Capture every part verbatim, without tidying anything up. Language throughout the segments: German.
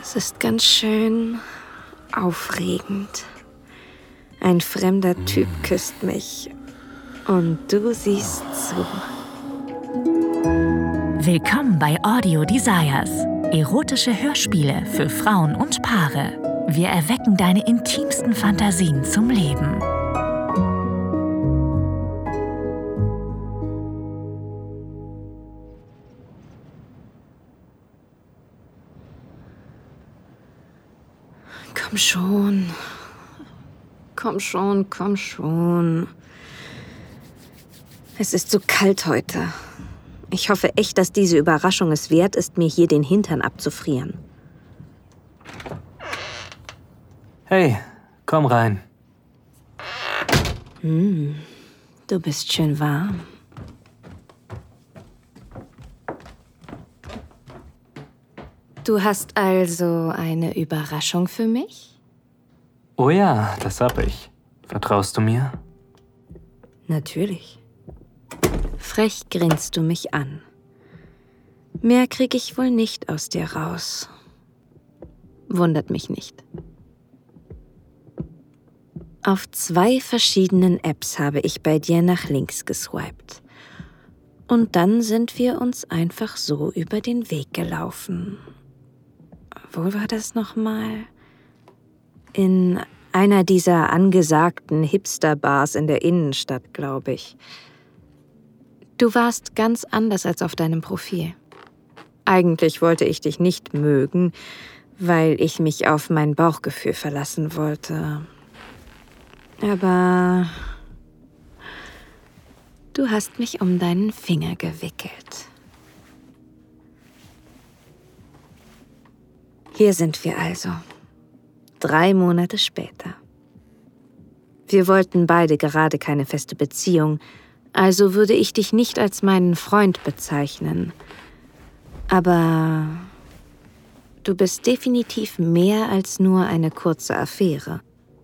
Es ist ganz schön aufregend. Ein fremder Typ küsst mich und du siehst zu. Willkommen bei Audio Desires. Erotische Hörspiele für Frauen und Paare. Wir erwecken deine intimsten Fantasien zum Leben. Komm schon. Komm schon, komm schon. Es ist so kalt heute. Ich hoffe echt, dass diese Überraschung es wert ist, mir hier den Hintern abzufrieren. Hey, komm rein. Hm, du bist schön warm. Du hast also eine Überraschung für mich? Oh ja, das hab ich. Vertraust du mir? Natürlich. Frech grinst du mich an. Mehr krieg ich wohl nicht aus dir raus. Wundert mich nicht. Auf zwei verschiedenen Apps habe ich bei dir nach links geswiped. Und dann sind wir uns einfach so über den Weg gelaufen. Wo war das nochmal? In einer dieser angesagten Hipster-Bars in der Innenstadt, glaube ich. Du warst ganz anders als auf deinem Profil. Eigentlich wollte ich dich nicht mögen, weil ich mich auf mein Bauchgefühl verlassen wollte. Aber du hast mich um deinen Finger gewickelt. Hier sind wir also. Drei Monate später. Wir wollten beide gerade keine feste Beziehung, also würde ich dich nicht als meinen Freund bezeichnen. Aber du bist definitiv mehr als nur eine kurze Affäre.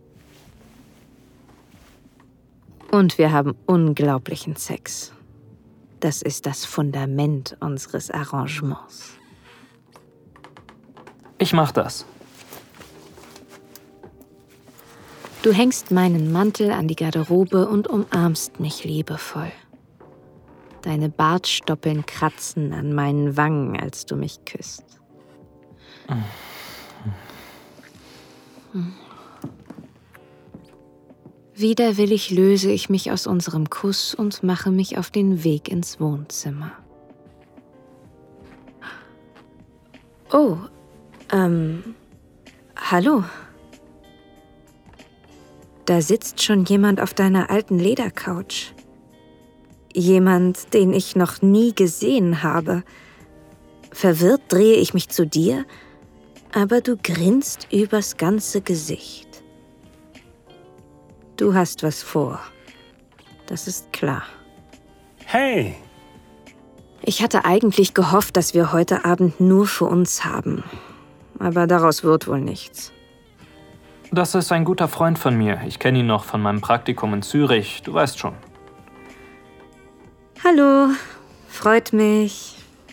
Und wir haben unglaublichen Sex. Das ist das Fundament unseres Arrangements. Ich mach das. Du hängst meinen Mantel an die Garderobe und umarmst mich liebevoll. Deine Bartstoppeln kratzen an meinen Wangen, als du mich küsst. Hm. Widerwillig löse ich mich aus unserem Kuss und mache mich auf den Weg ins Wohnzimmer. Oh, ähm, hallo. Da sitzt schon jemand auf deiner alten Ledercouch. Jemand, den ich noch nie gesehen habe. Verwirrt drehe ich mich zu dir, aber du grinst übers ganze Gesicht. Du hast was vor. Das ist klar. Hey! Ich hatte eigentlich gehofft, dass wir heute Abend nur für uns haben. Aber daraus wird wohl nichts. Das ist ein guter Freund von mir. Ich kenne ihn noch von meinem Praktikum in Zürich. Du weißt schon. Hallo, freut mich.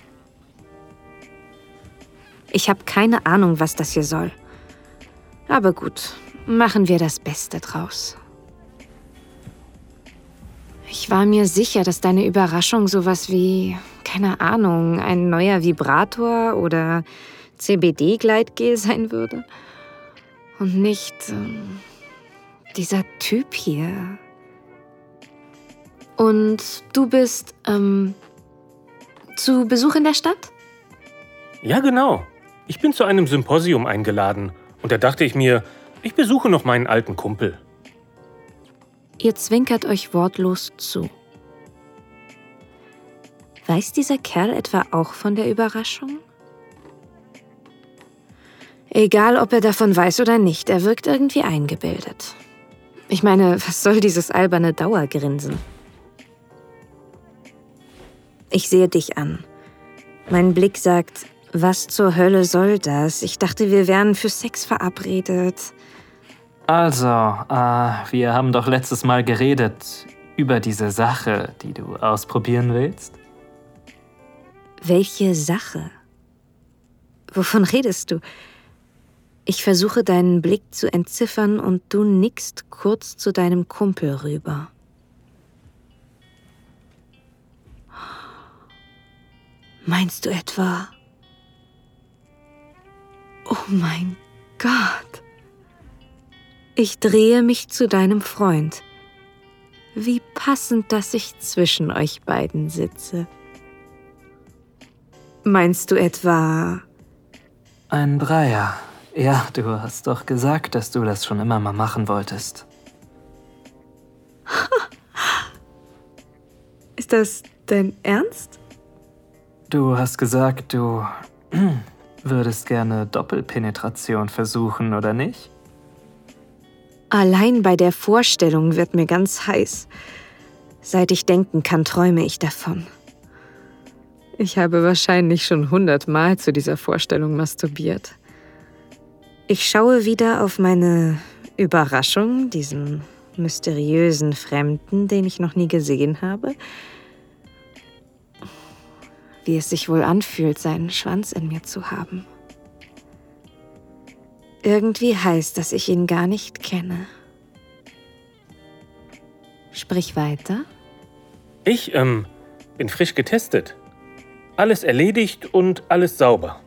Ich habe keine Ahnung, was das hier soll. Aber gut, machen wir das Beste draus. Ich war mir sicher, dass deine Überraschung sowas wie, keine Ahnung, ein neuer Vibrator oder C B D-Gleitgel sein würde. Und nicht ähm, dieser Typ hier. Und du bist ähm, zu Besuch in der Stadt? Ja, genau. Ich bin zu einem Symposium eingeladen. Und da dachte ich mir, ich besuche noch meinen alten Kumpel. Ihr zwinkert euch wortlos zu. Weiß dieser Kerl etwa auch von der Überraschung? Egal, ob er davon weiß oder nicht, er wirkt irgendwie eingebildet. Ich meine, was soll dieses alberne Dauergrinsen? Ich sehe dich an. Mein Blick sagt, was zur Hölle soll das? Ich dachte, wir wären für Sex verabredet. Also, äh, wir haben doch letztes Mal geredet über diese Sache, die du ausprobieren willst. Welche Sache? Wovon redest du? Ich versuche deinen Blick zu entziffern und du nickst kurz zu deinem Kumpel rüber. Meinst du etwa? Oh mein Gott. Ich drehe mich zu deinem Freund. Wie passend, dass ich zwischen euch beiden sitze. Meinst du etwa... Ein Dreier. Ja, du hast doch gesagt, dass du das schon immer mal machen wolltest. Ist das dein Ernst? Du hast gesagt, du würdest gerne Doppelpenetration versuchen, oder nicht? Allein bei der Vorstellung wird mir ganz heiß. Seit ich denken kann, träume ich davon. Ich habe wahrscheinlich schon hundertmal zu dieser Vorstellung masturbiert. Ich schaue wieder auf meine Überraschung, diesen mysteriösen Fremden, den ich noch nie gesehen habe. Wie es sich wohl anfühlt, seinen Schwanz in mir zu haben. Irgendwie heißt, dass ich ihn gar nicht kenne. Sprich weiter. Ich, ähm, bin frisch getestet. Alles erledigt und alles sauber.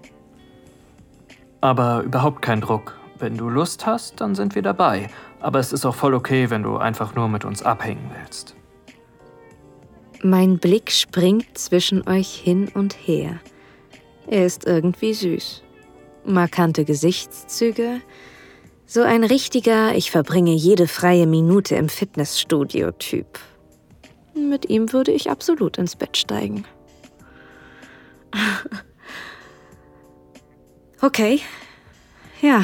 Aber überhaupt kein Druck. Wenn du Lust hast, dann sind wir dabei. Aber es ist auch voll okay, wenn du einfach nur mit uns abhängen willst. Mein Blick springt zwischen euch hin und her. Er ist irgendwie süß. Markante Gesichtszüge. So ein richtiger, ich verbringe jede freie Minute im Fitnessstudio-Typ. Mit ihm würde ich absolut ins Bett steigen. Okay. Ja.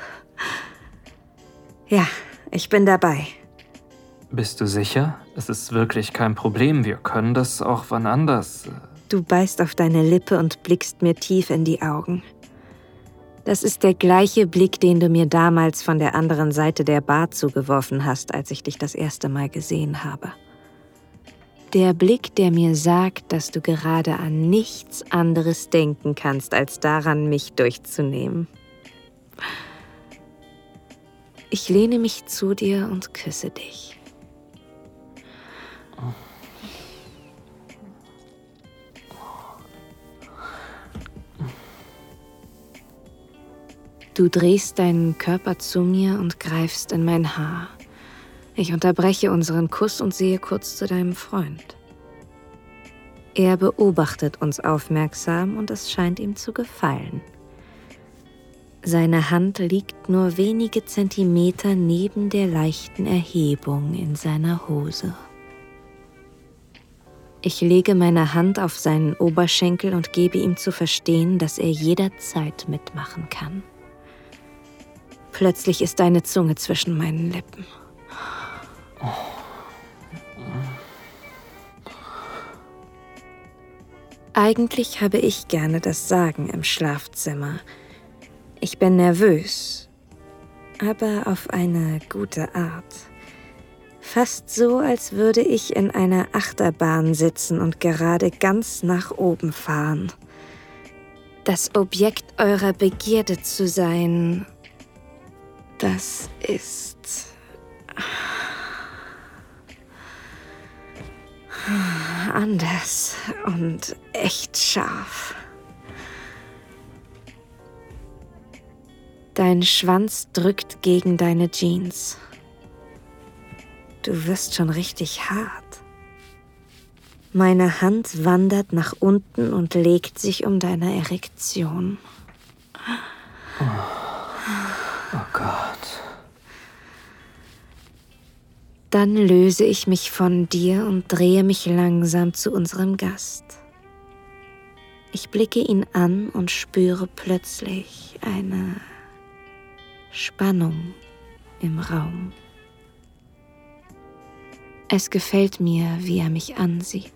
Ja, ich bin dabei. Bist du sicher? Es ist wirklich kein Problem. Wir können das auch wann anders. Du beißt auf deine Lippe und blickst mir tief in die Augen. Das ist der gleiche Blick, den du mir damals von der anderen Seite der Bar zugeworfen hast, als ich dich das erste Mal gesehen habe. Der Blick, der mir sagt, dass du gerade an nichts anderes denken kannst, als daran, mich durchzunehmen. Ich lehne mich zu dir und küsse dich. Du drehst deinen Körper zu mir und greifst in mein Haar. Ich unterbreche unseren Kuss und sehe kurz zu deinem Freund. Er beobachtet uns aufmerksam und es scheint ihm zu gefallen. Seine Hand liegt nur wenige Zentimeter neben der leichten Erhebung in seiner Hose. Ich lege meine Hand auf seinen Oberschenkel und gebe ihm zu verstehen, dass er jederzeit mitmachen kann. Plötzlich ist deine Zunge zwischen meinen Lippen. Eigentlich habe ich gerne das Sagen im Schlafzimmer. Ich bin nervös, aber auf eine gute Art. Fast so, als würde ich in einer Achterbahn sitzen und gerade ganz nach oben fahren. Das Objekt eurer Begierde zu sein, das ist anders und echt scharf. Dein Schwanz drückt gegen deine Jeans. Du wirst schon richtig hart. Meine Hand wandert nach unten und legt sich um deine Erektion. Oh, oh Gott. Dann löse ich mich von dir und drehe mich langsam zu unserem Gast. Ich blicke ihn an und spüre plötzlich eine Spannung im Raum. Es gefällt mir, wie er mich ansieht.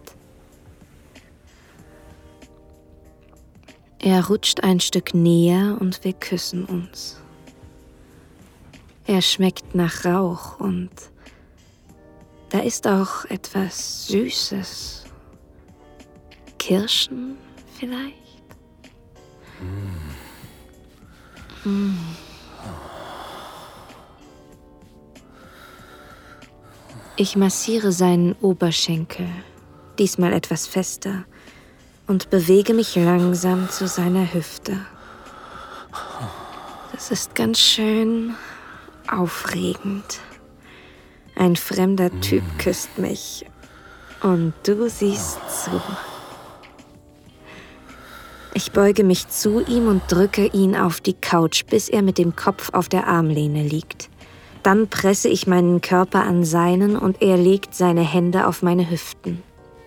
Er rutscht ein Stück näher und wir küssen uns. Er schmeckt nach Rauch und da ist auch etwas Süßes. Kirschen vielleicht? Mm. Mm. Ich massiere seinen Oberschenkel, diesmal etwas fester, und bewege mich langsam zu seiner Hüfte. Das ist ganz schön aufregend. Ein fremder Typ küsst mich und du siehst zu. Ich beuge mich zu ihm und drücke ihn auf die Couch, bis er mit dem Kopf auf der Armlehne liegt. Dann presse ich meinen Körper an seinen und er legt seine Hände auf meine Hüften.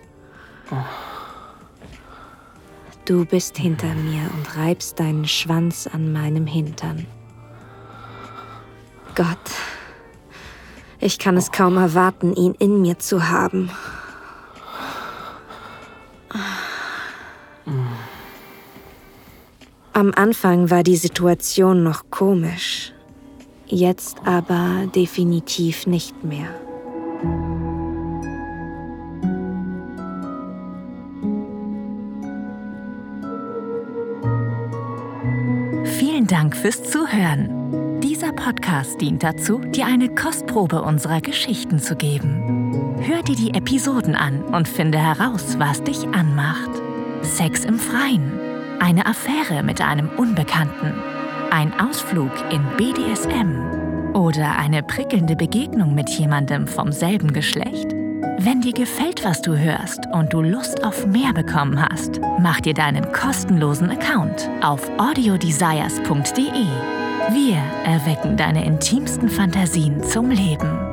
Du bist hinter mir und reibst deinen Schwanz an meinem Hintern. Gott, ich kann es kaum erwarten, ihn in mir zu haben. Am Anfang war die Situation noch komisch, jetzt aber definitiv nicht mehr. Vielen Dank fürs Zuhören. Dieser Podcast dient dazu, dir eine Kostprobe unserer Geschichten zu geben. Hör dir die Episoden an und finde heraus, was dich anmacht. Sex im Freien, eine Affäre mit einem Unbekannten, ein Ausflug in B D S M oder eine prickelnde Begegnung mit jemandem vom selben Geschlecht. Wenn dir gefällt, was du hörst und du Lust auf mehr bekommen hast, mach dir deinen kostenlosen Account auf audiodesires punkt de. Wir erwecken deine intimsten Fantasien zum Leben.